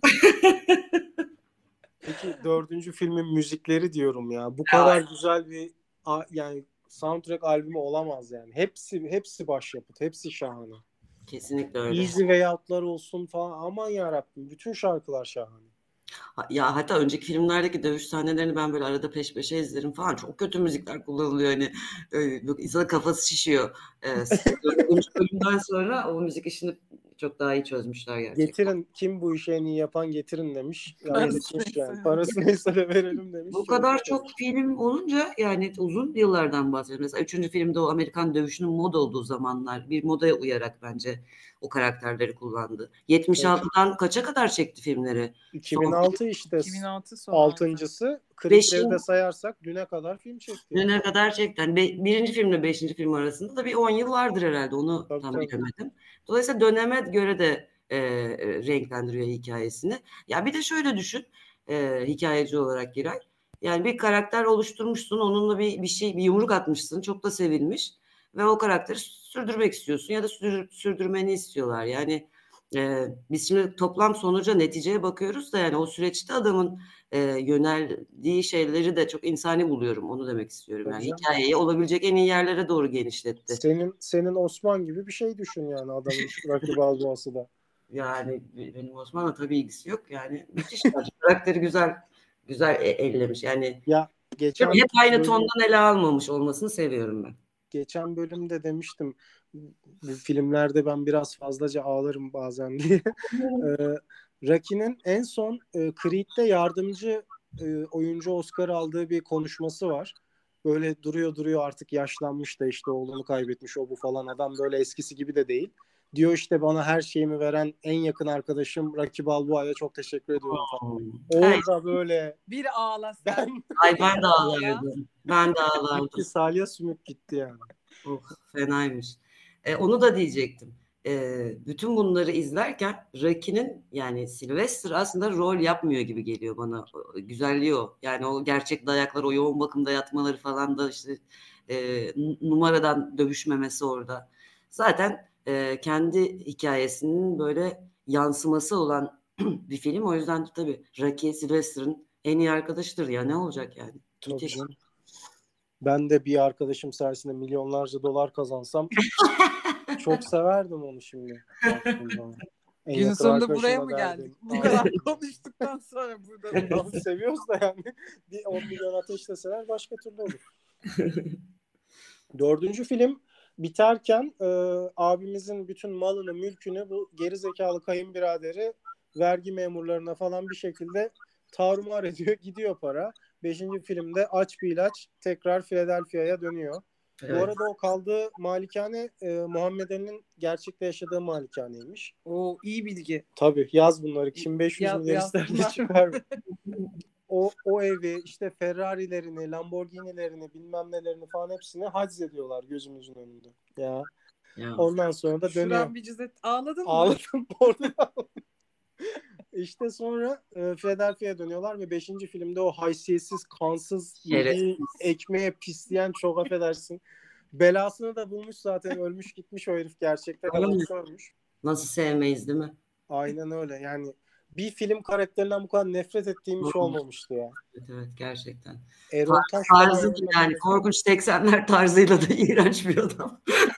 Peki dördüncü filmin müzikleri diyorum ya. Bu kadar güzel bir yani soundtrack albümü olamaz yani. Hepsi başyapıt. Hepsi şahane. Kesinlikle öyle. Easy Way Out'lar olsun falan. Aman yarabbim. Bütün şarkılar şahane. Ya hatta önceki filmlerdeki dövüş sahnelerini ben böyle arada peş peşe izlerim falan. Çok kötü müzikler kullanılıyor hani. İnsanın kafası şişiyor. Dördüncü bölümden sonra o müzik işini çok daha iyi çözmüşler gerçekten. Getirin, kim bu işi en iyi yapan getirin demiş. Parası Halletmiş yani. neyse. Parası neyse de verelim demiş. Bu Çözmüş kadar çok yani. film olunca yani uzun yıllardan bahsediyorum. Mesela üçüncü filmde o Amerikan dövüşünün moda olduğu zamanlar bir modaya uyarak bence o karakterleri kullandı. Evet. 76'dan kaça kadar çekti filmleri? Son 2006 işte 2006 son 6. altıncısı. Creed'leri de 5'in sayarsak düne kadar film çekti yani. ne kadar çekti. Yani birinci filmle beşinci film arasında da bir 10 yıl vardır herhalde. Onu Tabii tam tabii. bilemedim. Dolayısıyla döneme göre de renklendiriyor hikayesini. Ya bir de şöyle düşün hikayeci olarak Giray. Yani bir karakter oluşturmuşsun. Onunla bir yumruk atmışsın. Çok da sevilmiş. Ve o karakteri sürdürmek istiyorsun ya da sürdürmeni istiyorlar. Yani biz şimdi toplam sonuca, neticeye bakıyoruz da yani o süreçte adamın yöneldiği şeyleri de çok insani buluyorum. Onu demek istiyorum. Tabii Yani canım. hikayeyi olabilecek en iyi yerlere doğru genişletti. Senin Osman gibi bir şey düşün yani adamın Rocky Balboa'sı da. Yani benim Osman'la tabii ilgisi yok. Yani müthiş. Karakteri güzel ellemiş. Yani Ya hep geçen aynı bölüm tondan ele almamış olmasını seviyorum ben. geçen bölümde demiştim bu filmlerde ben biraz fazlaca ağlarım bazen diye. Ee, Rocky'nin en son Creed'de yardımcı oyuncu Oscar aldığı bir konuşması var. Böyle duruyor artık yaşlanmış da işte oğlunu kaybetmiş o bu falan, adam böyle eskisi gibi de değil. Diyor işte bana her şeyimi veren en yakın arkadaşım Rocky Balboa'ya çok teşekkür ediyorum falan. Ay, Orada böyle Bir ağla sen. ben ay ben Bir de ağla. ağlardım. Ben de ağlardım. gitti salya sümük gitti yani. Oh, fenaymış. Onu da diyecektim. Bütün bunları izlerken Rocky'nin yani Sylvester aslında rol yapmıyor gibi geliyor bana. Güzelliği o. Yani o gerçek dayaklar, o yoğun bakımda yatmaları falan da işte numaradan dövüşmemesi orada. Zaten kendi hikayesinin böyle yansıması olan bir film. O yüzden tabii Rocky Sylvester'ın en iyi arkadaşıdır ya. Ne olacak yani? Tabii Müthiş. canım. Ben de bir arkadaşım sayesinde milyonlarca dolar kazansam çok severdim onu şimdi. Baktığım zaman. En Günün yakın sonunda buraya arkadaşıma mı derdim. geldik? Bu kadar konuştuktan sonra burada da Abi seviyoruz da yani. Bir 10 milyon ateşleseler başka türlü olur. Dördüncü film biterken abimizin bütün malını, mülkünü bu gerizekalı kayınbiraderi vergi memurlarına falan bir şekilde tarumar ediyor. Gidiyor para. Beşinci filmde aç bir ilaç tekrar Philadelphia'ya dönüyor. Bu Evet. arada o kaldığı malikane Muhammed Ali'nin gerçekte yaşadığı malikaneymiş. o iyi bilgi. Tabii yaz bunları. Kim 500 Yaz- milyar ister de yazsınlar. çıkar mı? O evi işte Ferrari'lerini, Lamborghini'lerini bilmem nelerini falan hepsini haczediyorlar gözümüzün önünde. Ya. Ya. Ondan sonra da dönüyor. Şuran bir cizet ağladın mı? Ağladım orada. İşte sonra Philadelphia'ya dönüyorlar ve 5. filmde o haysiyetsiz, kansız, yediği ekmeğe pisleyen, çok affedersin. Belasını da bulmuş zaten, ölmüş gitmiş o herif, gerçekte kadar ölmüş. Nasıl sevmeyiz değil mi? Aynen öyle yani. Bir film karakterinden bu kadar nefret ettiğim hiç olmamıştı ya. Evet, evet gerçekten. Erol Taş Tarzı yani korkunç 80'ler tarzıyla da iğrenç bir adam.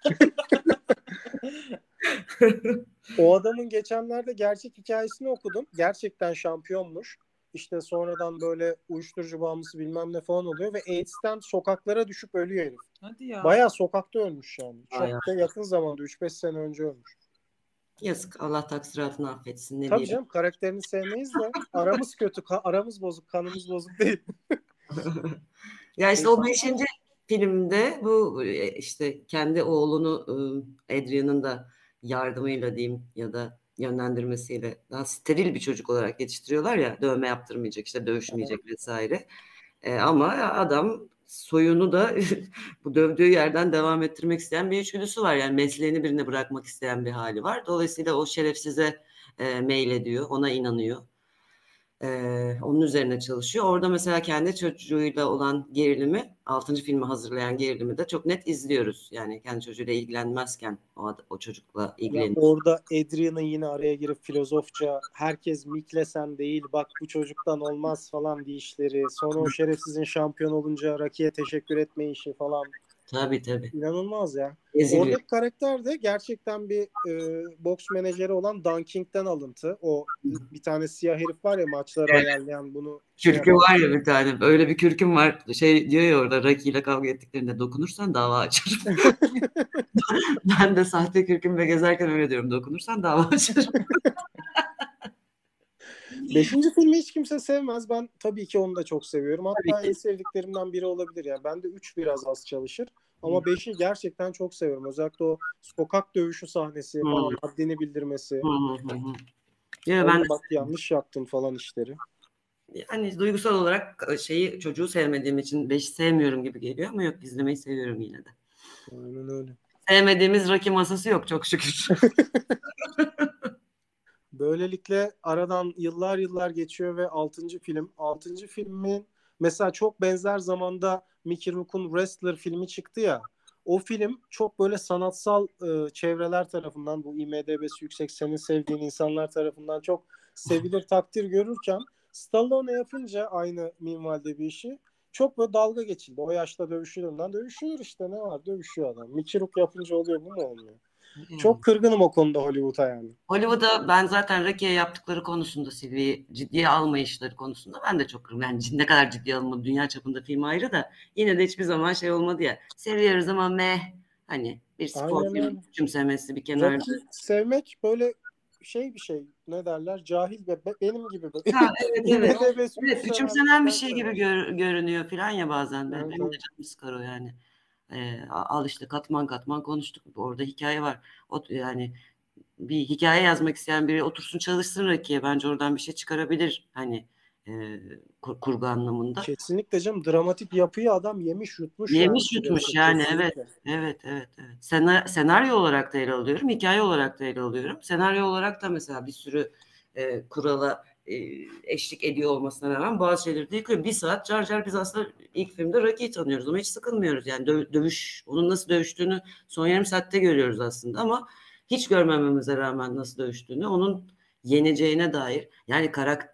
O adamın geçenlerde gerçek hikayesini okudum. Gerçekten şampiyonmuş. İşte sonradan böyle uyuşturucu bağımlısı bilmem ne falan oluyor ve AIDS'ten sokaklara düşüp ölüyor herif. Hadi ya. Bayağı sokakta ölmüş yani. Bayağı. Çok da yakın zamanda 3-5 sene önce ölmüş. Yazık, Allah taksiratını affetsin, ne Tabii diyelim. canım, karakterini sevmeyiz de aramız kötü, aramız bozuk, kanımız bozuk değil. Ya işte o 5. filmde bu işte kendi oğlunu Adrian'ın da yardımıyla diyeyim ya da yönlendirmesiyle daha steril bir çocuk olarak yetiştiriyorlar ya, dövme yaptırmayacak, işte dövüşmeyecek vesaire. Ama adam soyunu da bu dövdüğü yerden devam ettirmek isteyen bir içgüdüsü var. Yani mesleğini birine bırakmak isteyen bir hali var. Dolayısıyla o şerefsize meylediyor, ona inanıyor. Onun üzerine çalışıyor. Orada mesela kendi çocuğuyla olan gerilimi, 6. filmi hazırlayan gerilimi de çok net izliyoruz. Yani kendi çocuğuyla ilgilenmezken o çocukla Ya ilgileniyor. orada Adrian'ın yine araya girip filozofça herkes Miklesen değil bak bu çocuktan olmaz falan deyişleri. Sonra o şerefsizin şampiyon olunca Rocky'ye teşekkür etme işi falan. Tabii tabii. İnanılmaz ya. Eziliyor. Oradaki karakter de gerçekten bir boks menajeri olan Don King'den alıntı. O bir tane siyah herif var ya maçları Evet. ayarlayan, bunu Kürkü var ya bir tane. Öyle bir kürküm var. Şey diyor ya orada, Rocky ile kavga ettiklerinde dokunursan dava açarım. Ben de sahte kürkümle gezerken öyle diyorum. Dokunursan dava açarım. 5. filmi hiç kimse sevmez. Ben tabii ki onu da çok seviyorum. Hatta en sevdiklerimden biri olabilir ya. Ben de 3 biraz az çalışır. Ama 5'i gerçekten çok seviyorum. Özellikle o sokak dövüşü sahnesi falan, haddini bildirmesi. Ya ben bak yanlış yaptım falan işleri. yani duygusal olarak çocuğu sevmediğim için 5'i sevmiyorum gibi geliyor ama yok, izlemeyi seviyorum yine de. Aynen öyle. Sevmediğimiz Rocky masası yok çok şükür. Böylelikle aradan yıllar geçiyor ve 6. film. 6. filmin mesela çok benzer zamanda Mickey Rourke'un Wrestler filmi çıktı ya. O film çok böyle sanatsal çevreler tarafından, bu IMDb'si yüksek, senin sevdiğin insanlar tarafından çok sevilir, takdir görürken Stallone yapınca aynı minvalde bir işi çok böyle dalga geçildi. O yaşta dövüşülür lan. Dövüşüyor işte, ne var, dövüşüyor adam. Mickey Rourke yapınca oluyor, bu mu olmuyor? Çok kırgınım o konuda Hollywood'a yani. Hollywood'a ben zaten Rocky'ye yaptıkları konusunda, Sylvie'yi ciddiye almayışları konusunda ben de çok kırgınım. Yani ne kadar ciddiye alınmadı, dünya çapında film ayrı da yine de hiçbir zaman şey olmadı ya. Seviyoruz ama hani bir spor Aynen film öyle. küçümsemesi bir kenarda. Rocky sevmek böyle bir şey, ne derler, cahil ve benim gibi böyle. Ha, evet evet. IMDb Evet, seven küçümsenen bir tipler şey gibi sever. görünüyor falan ya bazen. Benim Evet, de evet. canımı sıkar o yani. Al işte katman katman konuştuk. Orada hikaye var. Yani bir hikaye yazmak isteyen biri otursun çalışsın Rocky'ye. Bence oradan bir şey çıkarabilir. Hani kurgu anlamında. Kesinlikle canım, dramatik yapıyı adam yemiş yutmuş yani Yemiş yutmuş sürekli, yani, evet. kesinlikle. Evet, evet, evet. Senaryo olarak da ele alıyorum, hikaye olarak da ele alıyorum. Senaryo olarak da mesela bir sürü kurala eşlik ediyor olmasına rağmen bazı şeyleri de yıkıyor. Bir saat car car biz aslında ilk filmde Rocky'yi tanıyoruz ama hiç sıkılmıyoruz. Yani dövüş, onun nasıl dövüştüğünü son yarım saatte görüyoruz aslında ama hiç görmememize rağmen nasıl dövüştüğünü, onun yeneceğine dair. Yani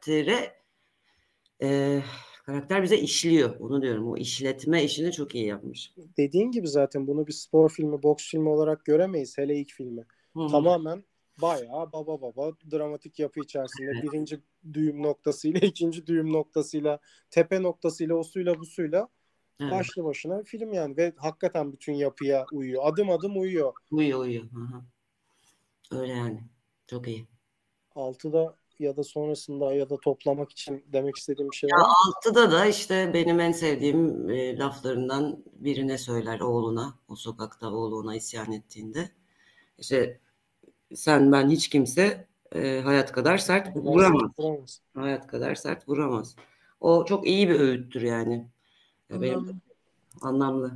e, karakter bize işliyor. Onu diyorum. O işletme işini çok iyi yapmış. Dediğin gibi zaten bunu bir spor filmi, boks filmi olarak göremeyiz, hele ilk filmi. Hı hı. Tamamen bayağı baba dramatik yapı içerisinde birinci düğüm noktasıyla, ikinci düğüm noktasıyla, tepe noktasıyla, o suyla bu suyla Evet. başlı başına bir film yani, ve hakikaten bütün yapıya uyuyor. Adım adım uyuyor. Uyuyor. Hı hı. Öyle yani. Çok iyi. Altıda ya da sonrasında ya da toplamak için demek istediğim bir şey Ya var mı? altıda da işte benim en sevdiğim laflarından birine söyler oğluna. O sokakta oğluna isyan ettiğinde. İşte sen ben hiç kimse hayat kadar sert Dersen vuramaz. kuramaz. Hayat kadar sert vuramaz. O çok iyi bir öğüttür yani. Benim Anladım. anlamlı.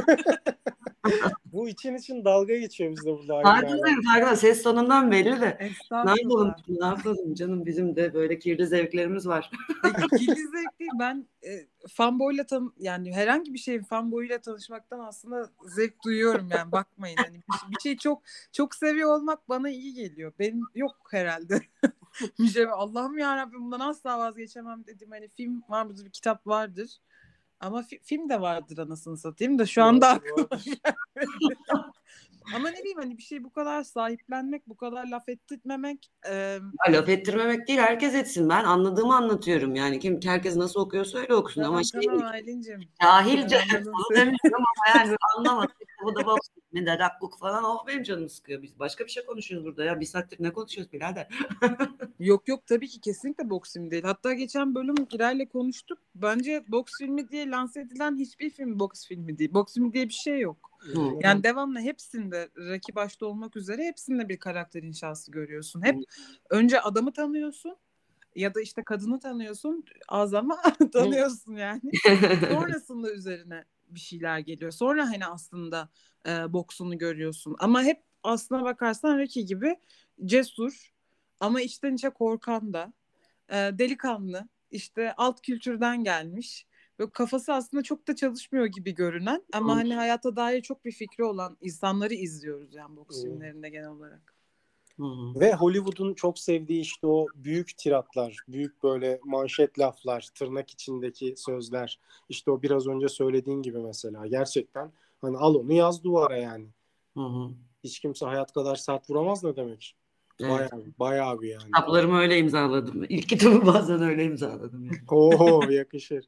Bu için dalga geçiyor bizde burada Aylin hala. Farkındayım. Ses tonundan belli de. Ne yapalım? Estağfurullah. Ne yapalım canım? Bizim de böyle kirli zevklerimiz var. Kirli zevk değil. Ben fanboyla yani herhangi bir şeyin fanboyuyla tanışmaktan aslında zevk duyuyorum yani, bakmayın hani bir şeyi çok çok seviyor olmak bana iyi geliyor. Benim yok herhalde. Müjde, Allah'ım ya Rabbim, bundan asla vazgeçemem dedim. Hani film var mıdır, bir kitap vardır. Ama film de vardır anasını satayım da şu anda Vardır, aklıma vardır. gelmedi. Ama ne bileyim, hani bir şey bu kadar sahiplenmek, bu kadar laf ettirmemek. Ya, laf ettirmemek değil, herkes etsin. Ben anladığımı anlatıyorum. Yani herkes nasıl okuyorsa öyle okusun ama Tamam tamam Aylin'cim. Ben cahilce anladım onu seni. demiyorum ama yani anlamadım. Bu da boks filmi, Dadakluk falan, o benim canımı sıkıyor. Biz başka bir şey konuşuyoruz burada ya. Bir saattir ne konuşuyoruz birader? Yok yok, tabii ki kesinlikle boks filmi değil. Hatta geçen bölüm Giray'la konuştuk. Bence boks filmi diye lanse edilen hiçbir film boks filmi değil. Boks filmi diye bir şey yok. Hı. Yani devamlı hepsinde, Rocky başta olmak üzere hepsinde bir karakter inşası görüyorsun. Hep önce adamı tanıyorsun ya da işte kadını tanıyorsun, az ama tanıyorsun yani. Sonrasında üzerine bir şeyler geliyor. Sonra hani aslında boksunu görüyorsun. Ama hep aslına bakarsan Rocky gibi cesur ama içten içe korkan da, delikanlı, işte alt kültürden gelmiş. Böyle kafası aslında çok da çalışmıyor gibi görünen ama hani hayata dair çok bir fikri olan insanları izliyoruz yani boks filmlerinde genel olarak. Ve Hollywood'un çok sevdiği işte o büyük tiratlar, büyük böyle manşet laflar, tırnak içindeki sözler. İşte o biraz önce söylediğin gibi mesela. Gerçekten hani al onu yaz duvara yani. Hı hı. Hiç kimse hayat kadar sert vuramaz ne demek? Evet. Bayağı, bayağı bir yani. Kitaplarımı öyle imzaladım. İlk kitabı bazen öyle imzaladım yani. Oo, yakışır.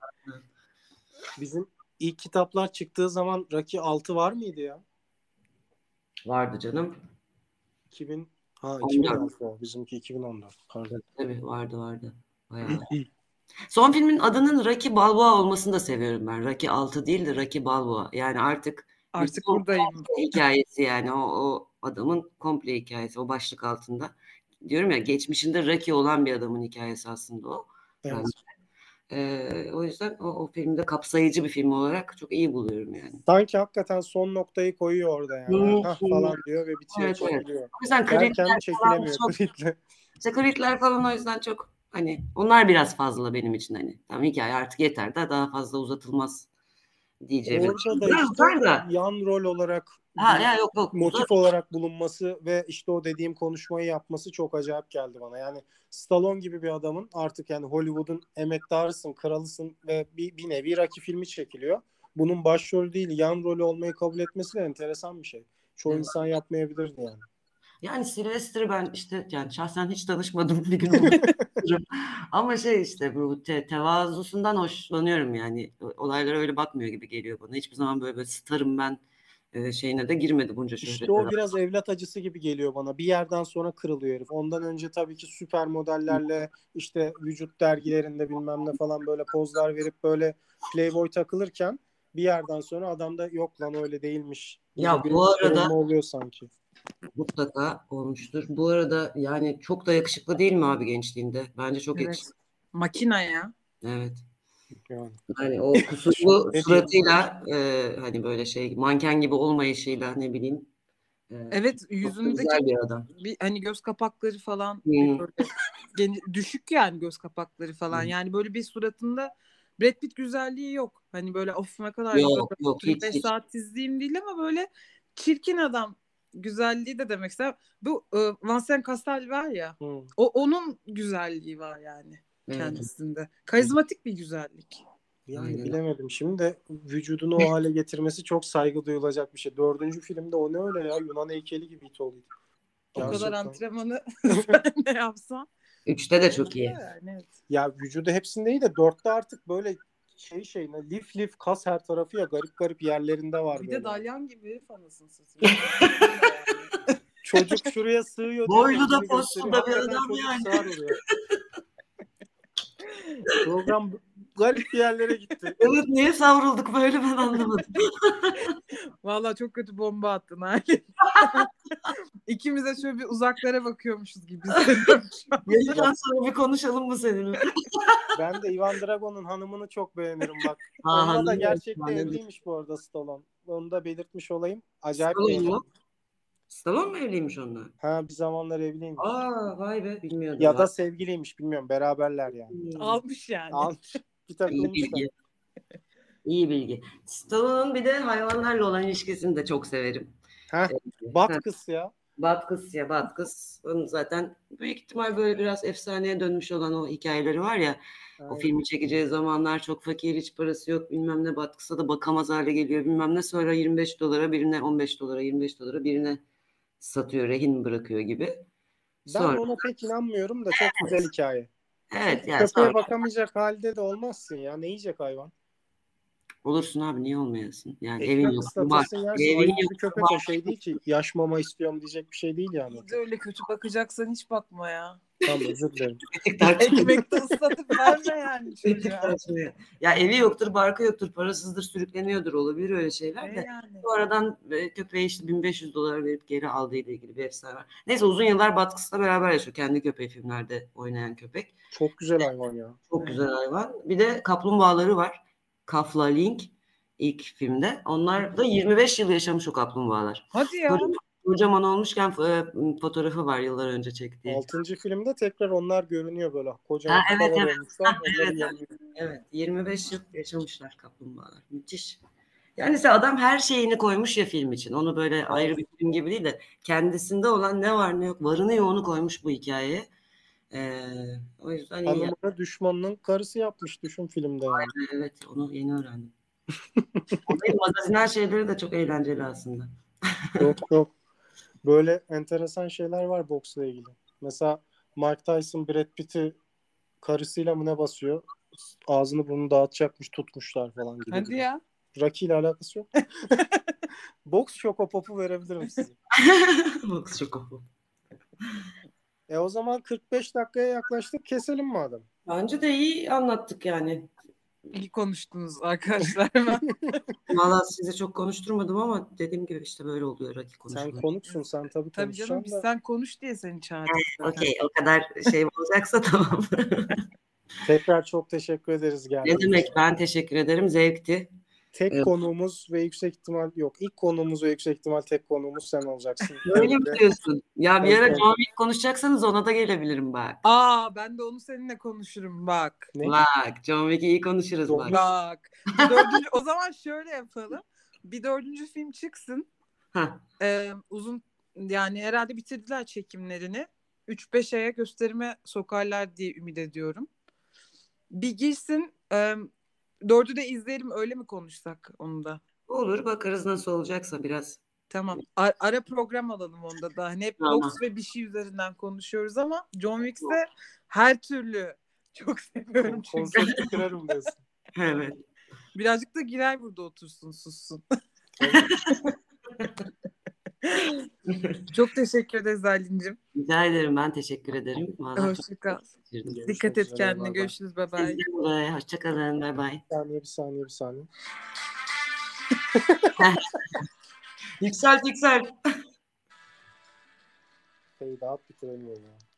Bizim ilk kitaplar çıktığı zaman Rocky 6 var mıydı ya? Vardı canım. 2000 14. 2006 o. Bizimki 2014. Pardon. Tabii vardı. Bayağı. Son filmin adının Rocky Balboa olmasını da seviyorum ben. Rocky 6 değil de Rocky Balboa. Yani artık Artık bütün buradayım. hikayesi, yani o adamın komple hikayesi o başlık altında. Diyorum ya, geçmişinde Rocky olan bir adamın hikayesi aslında o. Evet. Ben, o yüzden o filmde kapsayıcı bir film olarak çok iyi buluyorum yani. Sanki hakikaten son noktayı koyuyor orada yani. Hı, Hah hı. falan diyor ve bitiyor, Evet. çekiliyor. O yüzden Meğer Creed'ler kendi falan çekilemiyor çok, Creed'le. işte Creed'ler falan o yüzden çok, hani onlar biraz fazla benim için, hani. Tamam, hikaye artık yeter de daha fazla uzatılmaz diyeceğim. Orada da işte Uzar da. yan rol olarak Ha bir ya, yok uzar. motif olarak bulunması ve işte o dediğim konuşmayı yapması çok acayip geldi bana. Yani Stallone gibi bir adamın artık yani Hollywood'un emektarısın, kralısın ve bir nevi Rocky filmi çekiliyor. bunun başrol değil yan rolü olmayı kabul etmesi de enteresan bir şey. Çoğu Evet. insan yapmayabilirdi yani. Yani Sylvester'ı ben işte yani şahsen hiç tanışmadım, bir gün onu tanışırım. Ama şey işte bu tevazusundan hoşlanıyorum yani. Olaylara öyle bakmıyor gibi geliyor bana. Hiçbir zaman böyle starım ben şeyine de girmedi bunca İşte şöhrete. o biraz evlat acısı gibi geliyor bana. Bir yerden sonra kırılıyor herif. Ondan önce tabii ki süper modellerle işte vücut dergilerinde bilmem ne falan böyle pozlar verip böyle Playboy takılırken bir yerden sonra adamda yok lan öyle değilmiş gibi Ya bir bu arada kırılma oluyor sanki. mutlaka olmuştur. Bu arada yani çok da yakışıklı değil mi abi gençliğinde? Bence çok Evet. yakışıklı. Makina ya. Evet. Yani. Yani o Şimdi kusurlu ne diyelim? suratıyla hani böyle şey manken gibi olmayışıyla ne bileyim Evet, çok da yüzündeki güzel bir adam. bir hani göz kapakları falan bir Hmm. böyle düşük yani göz kapakları falan. Yani böyle bir suratında Brad Pitt güzelliği yok. Hani böyle of ne kadar güzel Yok yok oturayım hiç 5 hiç. saat izleyeyim değil ama böyle çirkin adam güzelliği de demek istedim. Bu Vincent Cassel var ya, Hı. onun güzelliği var yani Evet. kendisinde. Karizmatik bir güzellik. Yani Aynen. bilemedim. Şimdi de vücudunu o hale getirmesi çok saygı duyulacak bir şey. Dördüncü filmde o ne öyle ya? Yunan heykeli gibi it olduydu. O kadar Gerçekten. antrenmanı sen de yapsan. Üçte de çok Olurdu iyi. yani, evet. Ya vücudu hepsinde iyi de dörtte artık böyle lif lif kas her tarafı ya garip garip yerlerinde var Bir de böyle. Dalyan gibi fanısın satayım. Gerçekten de yani. Çocuk şuraya sığıyor diye Boylu da elini poslu gösteriyor. da bir Hakikaten adam çocuk yani. sığar oraya. Program garip bir yerlere gitti. Evet niye savrulduk böyle ben anlamadım. Vallahi çok kötü bomba attın Ali. İkimiz de şöyle bir uzaklara bakıyormuşuz gibi hissediyorum şu an. Yayından sonra bir konuşalım mı seninle? Ben de Ivan Drago'nun hanımını çok beğenirim bak. Ha Onunla da hanım gerçekte efsanedir. evliymiş bu arada Stallone. Onu da belirtmiş olayım. Acayip Stallone mu? beğenirim. Stallone mu evliymiş onunla? Ha bir zamanlar evliymiş. Aa vay be bilmiyordum. Ya Vay. da sevgiliymiş bilmiyorum. Beraberler yani. Hmm, Almış yani. Almış. Bir İyi takılmışlar. bilgi. İyi bilgi. Stallone'un bir de hayvanlarla olan ilişkisini de çok severim. Ha, Ha, bat kız ya. Batkıs ya Batkıs. Onun zaten büyük ihtimal böyle biraz efsaneye dönmüş olan o hikayeleri var ya. O Aynen. filmi çekeceği zamanlar çok fakir, hiç parası yok, bilmem ne, Batkıs'a da bakamaz hale geliyor bilmem ne. Sonra 25 dolara birine, 15 dolara, 25 dolara birine satıyor, rehin bırakıyor gibi. Ben Sonra ona pek inanmıyorum da çok güzel hikaye. evet Çünkü ya sonra köpeğe bakamayacak halde de olmazsın ya. Ne yiyecek hayvan? olursun abi, niye olmayasın? Yani evin Ekmek yoktur var. ıslatırsın yersin. Evin Ayıp bir yoktur köpek o var. şey değil ki. Yaş mama istiyorum diyecek bir şey değil yani o İyi de köpek. öyle kötü bakacaksan hiç bakma ya. Tamam özür dilerim. Kritik tartışma. Ekmekte ıslatıp verme yani Kritik çocuğa. tartışma. Ya evi yoktur, barkı yoktur, parasızdır, sürükleniyordur, olabilir öyle şeyler de. Yani. Bu aradan köpeğe işte 1500 dolar verip geri aldığı ile ilgili bir efsane var. Neyse uzun yıllar Batkıs'la beraber yaşıyor. Kendi köpeği, filmlerde oynayan köpek. Çok güzel hayvan ya. Çok Evet. güzel hayvan. Bir de kaplumbağaları var. Kafla Link ilk filmde. Onlar da 25 yıl yaşamış o kaplumbağalar. Hadi ya. Kocaman olmuşken fotoğrafı var yıllar önce çektiği. Altıncı filmde tekrar onlar görünüyor böyle. Ha, Kocaman evet kafalar evet. olmuşlar. Ha, Onların evet, yanında. evet. 25 yıl yaşamışlar kaplumbağalar. Müthiş. Yani işte adam her şeyini koymuş ya film için. Onu böyle Evet. ayrı bir film gibi değil de kendisinde olan ne var ne yok, varını yoğunu koymuş bu hikayeye. Ee, O yüzden iyi ya. Hanımını düşmanının karısı yapmış düşün filmde yani. Evet onu yeni öğrendim. O değil, magazinel şeyleri de çok eğlenceli aslında. Çok çok böyle enteresan şeyler var boksla ilgili. Mesela Mike Tyson Brad Pitt'i karısıyla mı ne basıyor? Ağzını burnunu dağıtacakmış tutmuşlar falan gibi Hadi gibi. ya. Rocky ile alakası yok. Boks şokopopu verebilirim size. Boks çok cool. O zaman 45 dakikaya yaklaştık. Keselim madem. Bence de iyi anlattık yani. İyi konuştunuz arkadaşlar. Ben Valla sizi çok konuşturmadım ama dediğim gibi işte böyle oluyor rakip Sen konuşmalar. konuksun. Sen tabii tabii canım, konuşacaksın biz da. sen konuş diye seni çağırdık zaten. Okey, o kadar şey olacaksa tamam. Tekrar çok teşekkür ederiz Ne geldiğin demek, için. ben teşekkür ederim, zevkti. Tek Ee, konuğumuz ve yüksek ihtimal yok. İlk konuğumuz ve yüksek ihtimal tek konuğumuz sen olacaksın. Öyle mi Böylelikle diyorsun? Ya bir ara tabii. John Wick konuşacaksanız ona da gelebilirim bak. Ben de onu seninle konuşurum bak. Ne? Bak John Wick'i iyi konuşuruz John bak. Wick Bak. Bir dördüncü, o zaman şöyle yapalım. Bir dördüncü film çıksın. Ha, Uzun yani herhalde bitirdiler çekimlerini. 3-5 aya gösterime sokarlar diye ümit ediyorum. Bir girsin 4'ü de izleyelim, öyle mi konuşsak onu da? Olur, bakarız nasıl olacaksa biraz. Tamam. Ara program alalım onda da. Hani hep Tamam. boks ve bir şey üzerinden konuşuyoruz ama John Wick'te her türlü çok seviyorum çünkü. Konsepti kırarım diyorsun. Evet. Birazcık da Giray burada otursun, sussun. Çok teşekkür ederiz Aylin'cim. Rica ederim, ben teşekkür ederim. Vallahi çok Hoşça kal. şaşırdım. Dikkat et üzere, kendine. bay bay. Görüşürüz. Bye Siz bye. de hoşça kalın. Bay bay. Bir saniye. Yüksel. Fade out bitiremiyorum ya.